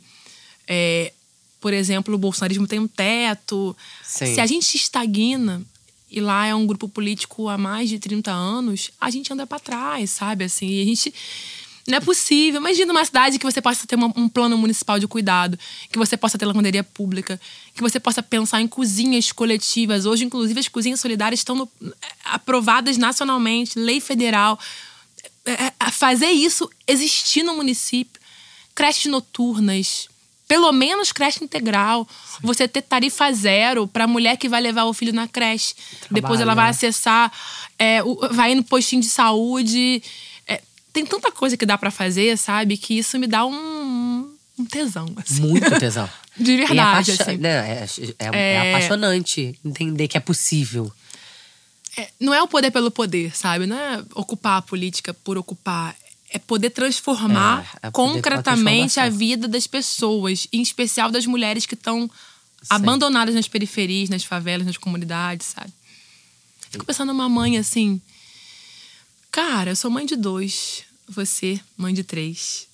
por exemplo, o bolsonarismo tem um teto, se a gente estagna, e lá é um grupo político há mais de 30 anos, a gente anda pra trás, sabe? Assim, e a gente… Não é possível. Imagina uma cidade que você possa ter um plano municipal de cuidado, que você possa ter lavanderia pública, que você possa pensar em cozinhas coletivas. Hoje, inclusive, as cozinhas solidárias estão aprovadas nacionalmente, lei federal. Fazer isso existir no município. Creches noturnas, pelo menos creche integral. Você ter tarifa zero para a mulher que vai levar o filho na creche. Depois ela vai acessar, vai no postinho de saúde. Tem tanta coisa que dá pra fazer, sabe? Que isso me dá um tesão, assim. Muito tesão. De verdade, assim. É apaixonante entender que é possível. Não é o poder pelo poder, sabe? Não é ocupar a política por ocupar. É poder transformar concretamente a vida das pessoas. Em especial das mulheres que estão abandonadas nas periferias, nas favelas, nas comunidades, sabe? Fico pensando numa mãe, assim… Cara, eu sou mãe de 2. Você, mãe de 3.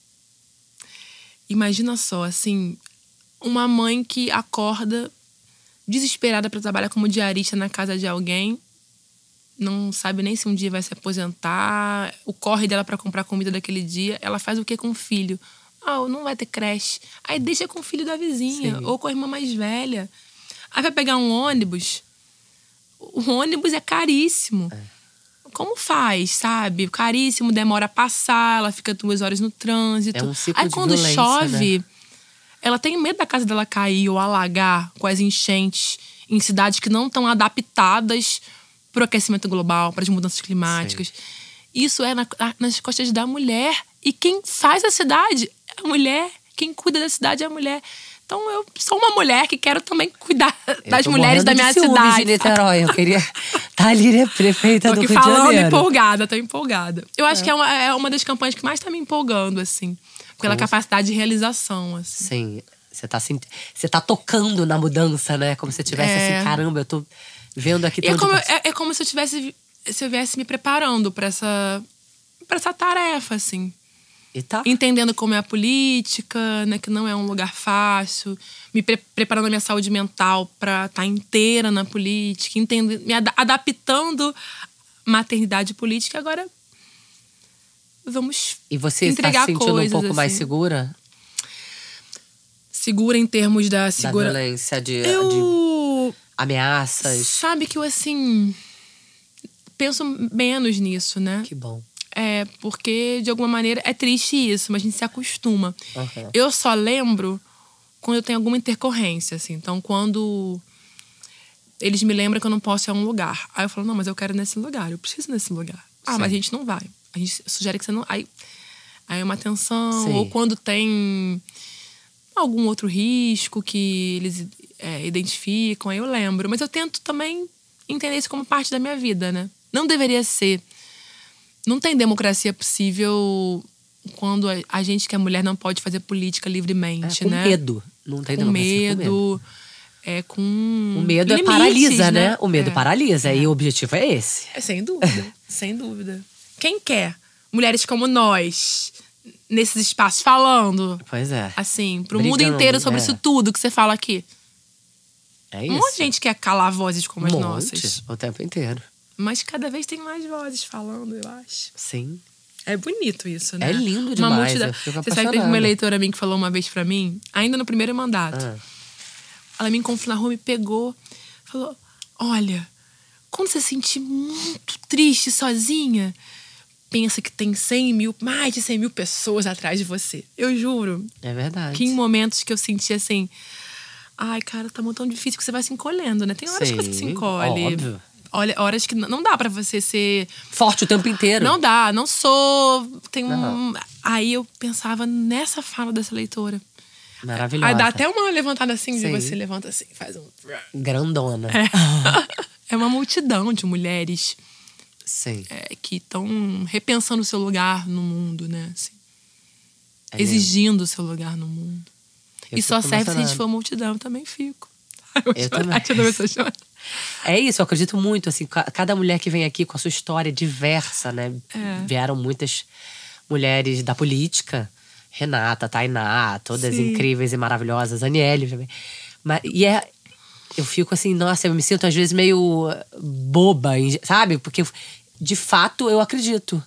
Imagina só, assim… Uma mãe que acorda desesperada para trabalhar como diarista na casa de alguém. Não sabe nem se um dia vai se aposentar. O corre dela para comprar comida daquele dia. Ela faz o quê com o filho? Não vai ter creche. Aí deixa com o filho da vizinha. Ou com a irmã mais velha. Aí vai pegar um ônibus. O ônibus é caríssimo. Como faz, sabe? Caríssimo, demora a passar. Ela fica 2 horas no trânsito. É um ciclo Aí de quando violência, chove… né? Ela tem medo da casa dela cair ou alagar com as enchentes em cidades que não estão adaptadas para o aquecimento global, para as mudanças climáticas. Isso é nas costas da mulher. E quem faz a cidade é a mulher. Quem cuida da cidade é a mulher. Então eu sou uma mulher que quero também cuidar das mulheres da minha cidade. De Niterói. Eu queria… Thalíria, prefeita do Rio de Janeiro. Tô aqui falando tô empolgada. Eu acho que é uma das campanhas que mais tá me empolgando, assim. Pela capacidade de realização, assim. Sim. Você tá tocando na mudança, né? Como se tivesse assim, caramba, eu tô vendo aqui… É como se eu viesse me preparando pra essa tarefa, assim. E tá. Entendendo como é a política, né? Que não é um lugar fácil. Me preparando a minha saúde mental pra estar inteira na política. Me adaptando à maternidade política. Agora, vamos entregar coisas. E você está se sentindo um pouco mais segura? Segura em termos da… Da violência, de ameaças? Sabe que eu, assim… penso menos nisso, né? Que bom. Porque de alguma maneira é triste isso, mas a gente se acostuma. Eu só lembro quando eu tenho alguma intercorrência, assim. Então, quando eles me lembram que eu não posso ir a um lugar. Aí eu falo, não, mas eu quero ir nesse lugar, eu preciso ir nesse lugar. Mas a gente não vai. A gente sugere que você não… Aí é uma tensão. Sim. Ou quando tem algum outro risco que eles identificam, aí eu lembro. Mas eu tento também entender isso como parte da minha vida, né? Não deveria ser… Não tem democracia possível quando a gente que é mulher não pode fazer política livremente, né? Com medo. Não tem democracia com medo. com O medo limites, paralisa, né? O medo paralisa. É. E o objetivo é esse. Sem dúvida, sem dúvida. Quem quer mulheres como nós, nesses espaços, falando, Pois é. assim, pro mundo Brigando, inteiro sobre isso tudo que você fala aqui? É isso. Um monte de gente quer calar vozes como as monte, nossas. o tempo inteiro. Mas cada vez tem mais vozes falando, eu acho. Sim. É bonito isso, né? É lindo Uma demais, multidão. eu fico Você sabe que teve apaixonada. uma eleitora minha que falou uma vez pra mim, ainda no primeiro mandato. Ah. Ela me encontrou na rua, me pegou, falou: olha, quando você se sentir muito triste, sozinha, pensa que tem mais de 100 mil pessoas atrás de você. Eu juro. É verdade. Que em momentos que eu senti assim, ai, cara, tá muito tão difícil que você vai se encolhendo, né? Tem horas que você se encolhe. Óbvio. Olha, horas que não dá pra você ser Forte o tempo inteiro. não dá, não sou. Não. Aí eu pensava nessa fala dessa leitora. Maravilhosa. Aí dá até uma levantada assim, Sim. você levanta assim, faz um. Grandona. É uma multidão de mulheres Sim. que estão repensando o seu lugar no mundo, né? Assim, É exigindo o seu lugar no mundo. Eu E só fico serve se a gente emocionada. for multidão, eu também fico. Eu também. É isso, eu acredito muito, assim, cada mulher que vem aqui com a sua história diversa, né? Vieram muitas mulheres da política. Renata, Tainá, todas Sim. incríveis e maravilhosas. Aniele também. Eu fico assim, nossa, eu me sinto às vezes meio boba, sabe? Porque, de fato, eu acredito.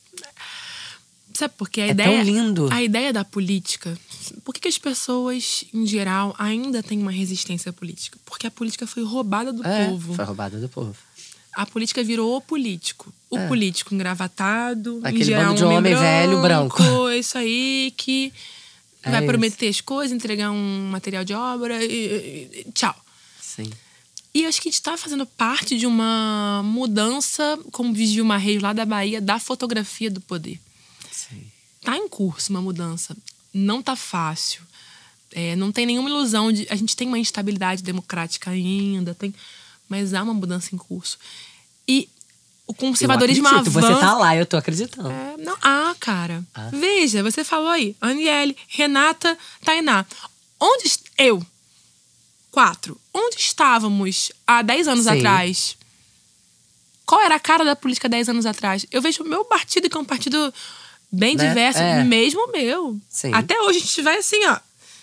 Sabe por quê? É tão lindo. A ideia da política. Por que as pessoas, em geral, ainda têm uma resistência política? Porque a política foi roubada do povo. Foi roubada do povo. A política virou o político. O político engravatado, Aquele em geral, bando de um homem velho, branco. É isso aí, que vai prometer as coisas, entregar um material de obra e tchau. Sim. E eu acho que a gente tá fazendo parte de uma mudança, como diz Vilma Reis lá da Bahia, da fotografia do poder. Sim. Tá em curso uma mudança. Não tá fácil. Não tem nenhuma ilusão de... A gente tem uma instabilidade democrática ainda, mas há uma mudança em curso. E o conservadorismo avança... Você tá lá, eu tô acreditando. Cara. Veja, você falou aí. Aniele, Renata, Tainá. Onde 4. Onde estávamos há 10 anos atrás? Qual era a cara da política 10 anos atrás? Eu vejo o meu partido, que é um partido bem diverso, mesmo o meu. Sim. Até hoje a gente vai assim, ó.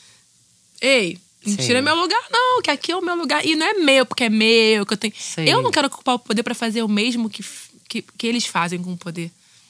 Ei, não tira meu lugar, não, que aqui é o meu lugar. E não é meu, porque é meu, que eu tenho. Sim. Eu não quero ocupar o poder pra fazer o mesmo que eles fazem com o poder.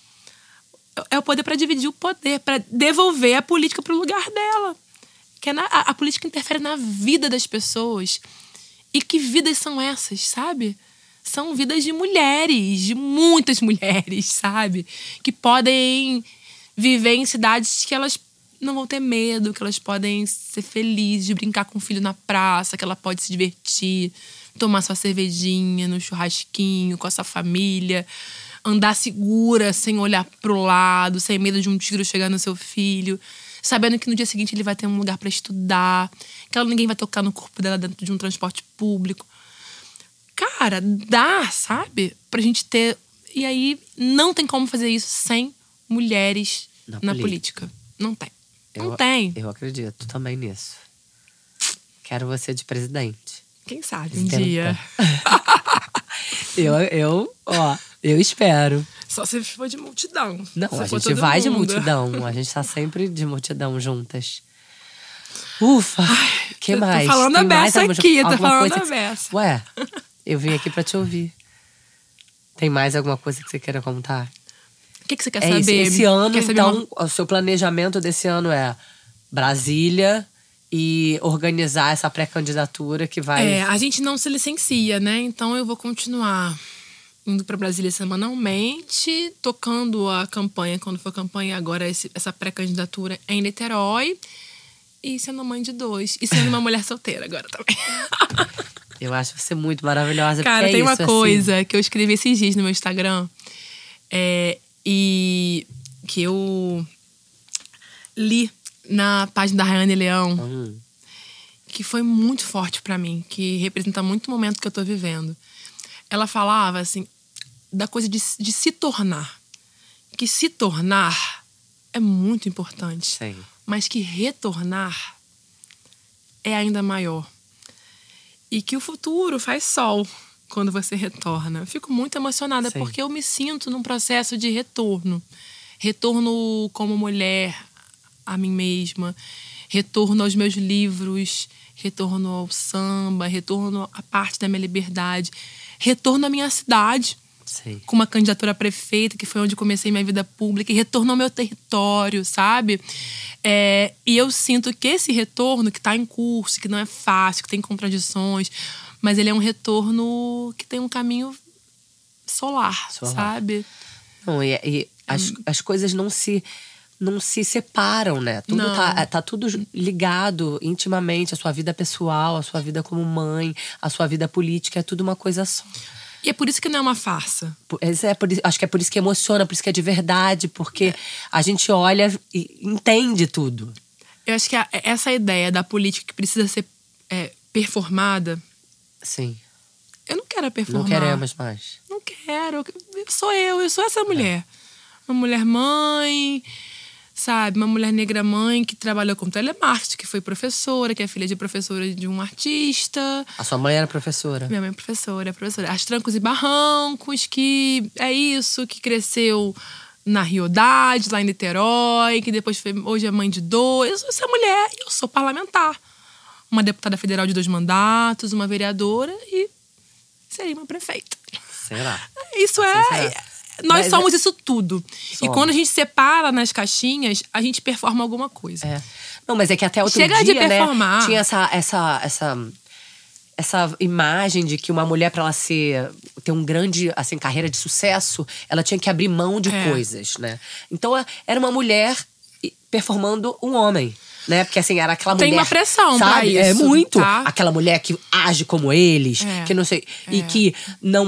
É o poder pra dividir o poder, pra devolver a política pro lugar dela. Que a política interfere na vida das pessoas. E que vidas são essas, sabe? São vidas de mulheres, de muitas mulheres, sabe? Que podem viver em cidades que elas não vão ter medo, que elas podem ser felizes de brincar com o filho na praça, que ela pode se divertir, tomar sua cervejinha no churrasquinho com a sua família, andar segura, sem olhar pro lado, sem medo de um tiro chegar no seu filho, sabendo que no dia seguinte ele vai ter um lugar para estudar, que ninguém vai tocar no corpo dela dentro de um transporte público. Cara, dá, sabe? Pra gente ter... E aí, não tem como fazer isso sem mulheres na política. Não tem. Não tem. Eu acredito também nisso. Quero você de presidente. Quem sabe um dia. Eu espero. Só se for de multidão. Não, se a for gente todo vai de mundo. multidão. A gente tá sempre de multidão juntas. Ufa! Que mais? Tô falando a Tem mais beça aqui, tô alguma falando coisa a beça. Ué, eu vim aqui pra te ouvir. Tem mais alguma coisa que você queira contar? O que você quer saber? Esse ano, Quer saber então, o seu planejamento desse ano é Brasília e organizar essa pré-candidatura que vai... A gente não se licencia, né? Então eu vou continuar indo pra Brasília semanalmente, tocando a campanha, quando for campanha agora, essa pré-candidatura em Niterói. E sendo mãe de 2. E sendo uma mulher solteira agora também. Eu acho você muito maravilhosa. Cara, porque tem uma isso, coisa assim... que eu escrevi esses dias no meu Instagram. E que eu li na página da Rayane Leão. Que foi muito forte pra mim. Que representa muito o momento que eu tô vivendo. Ela falava, assim, da coisa de se tornar. Que se tornar é muito importante. Sim. Mas que retornar é ainda maior. E que o futuro faz sol quando você retorna. Eu fico muito emocionada, Sim. porque eu me sinto num processo de retorno. Retorno como mulher a mim mesma. Retorno aos meus livros. Retorno ao samba. Retorno à parte da minha liberdade. Retorno à minha cidade. Sim. Com uma candidatura a prefeita, que foi onde comecei minha vida pública. E retorno ao meu território, sabe? E eu sinto que esse retorno que está em curso, que não é fácil, que tem contradições, mas ele é um retorno que tem um caminho solar. Sabe? Não, as coisas não se separam, né? Tudo tá tudo ligado intimamente. A sua vida pessoal, a sua vida como mãe, a sua vida política, é tudo uma coisa só. E é por isso que não é uma farsa. Acho que é por isso que emociona, por isso que é de verdade, porque a gente olha e entende tudo. Eu acho que essa ideia da política que precisa ser performada… Sim. Eu não quero performar. Não queremos mais. Não quero. Eu sou essa mulher. Uma mulher mãe, sabe? Uma mulher negra mãe que trabalhou com telemarketing, que foi professora, que é filha de professora de um artista. A sua mãe era professora? Minha mãe é professora. As trancos e barrancos, que é isso, que cresceu na Riodade, lá em Niterói, que depois hoje é mãe de 2. Eu sou essa mulher e eu sou parlamentar. Uma deputada federal de 2 mandatos, uma vereadora e seria uma prefeita. Será? Isso nós somos isso tudo. E quando a gente separa nas caixinhas, a gente performa alguma coisa. Não, mas é que até outro Chega dia, de performar. Né, tinha essa imagem de que uma mulher, pra ela ter um grande, assim, carreira de sucesso, ela tinha que abrir mão de coisas, né? Então, era uma mulher performando um homem. Né? Porque assim, era aquela mulher… Tem uma pressão, sabe? pra isso. É muito. Tá? Aquela mulher que age como eles, que não sei… E que não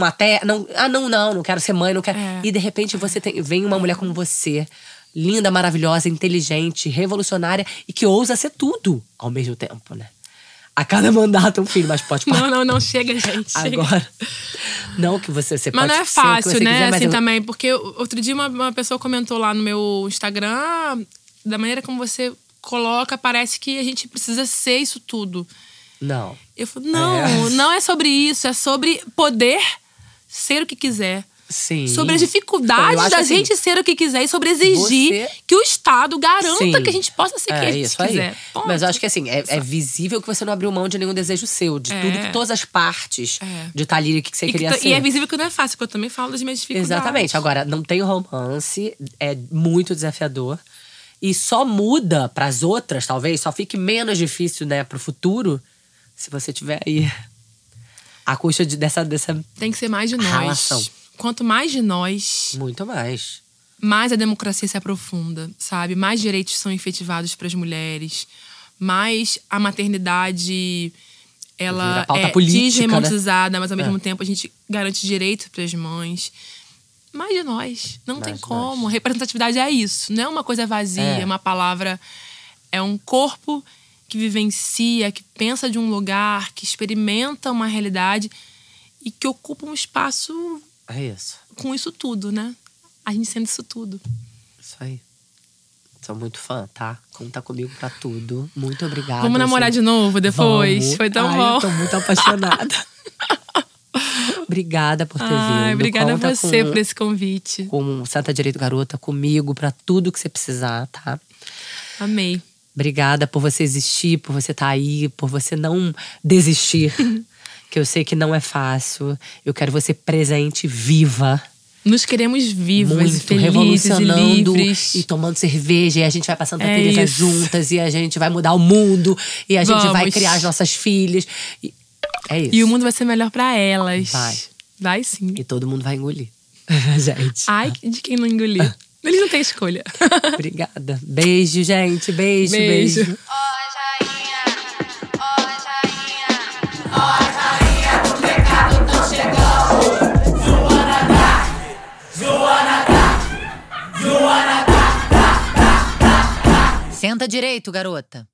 não quero ser mãe, não quero… E de repente vem uma mulher como você, linda, maravilhosa, inteligente, revolucionária, e que ousa ser tudo ao mesmo tempo, né? A cada mandato um filho, mas pode parar. Não, chega, gente. Agora, não que você pode… Mas não é fácil, né? Quiser, assim, também, porque outro dia uma pessoa comentou lá no meu Instagram, da maneira como você coloca, parece que a gente precisa ser isso tudo. Não. Eu falo, não é sobre isso. É sobre poder ser o que quiser. Sim. Sobre as dificuldades da gente ser o que quiser. E sobre exigir que o Estado garanta que a gente possa ser o que a gente quiser. Ponto. Mas eu acho que assim, é visível que você não abriu mão de nenhum desejo seu. De tudo, que todas as partes de Thalíria que você queria ser. E é visível que não é fácil, porque eu também falo das minhas dificuldades. Exatamente. Agora, não tem romance. É muito desafiador. E só muda pras outras, talvez, só fique menos difícil, né, pro futuro, se você tiver aí a custa dessa tem que ser mais de nós. Relação. Quanto mais de nós… Muito mais. Mais a democracia se aprofunda, sabe? Mais direitos são efetivados para as mulheres. Mais a maternidade… ela é desromantizada, né? Mas ao mesmo tempo a gente garante direito para as mães. Mais de nós. Não tem como. Representatividade é isso. Não é uma coisa vazia, é uma palavra… É um corpo que vivencia, que pensa de um lugar, que experimenta uma realidade e que ocupa um espaço… É isso. Com isso tudo, né? A gente sendo isso tudo. Isso aí. Sou muito fã, tá? Conta comigo pra tudo. Muito obrigada. Vamos namorar de novo depois? Vamos. Foi tão bom. Eu tô muito apaixonada. Obrigada por ter vindo. Obrigada a você por esse convite. Com Senta Direito Garota, comigo, pra tudo que você precisar, tá? Amei. Obrigada por você existir, por você estar aí, por você não desistir. Que eu sei que não é fácil. Eu quero você presente, viva. Nos queremos vivos, muito, felizes revolucionando e livres. E tomando cerveja. E a gente vai pra Santa Teresa juntas. E a gente vai mudar o mundo. E a gente vai criar as nossas filhas. É isso. E o mundo vai ser melhor pra elas. Vai sim. E todo mundo vai engolir. Gente. Ai, de quem não engolir. Eles não têm escolha. Obrigada. Beijo, gente. Beijo. Senta direito, garota.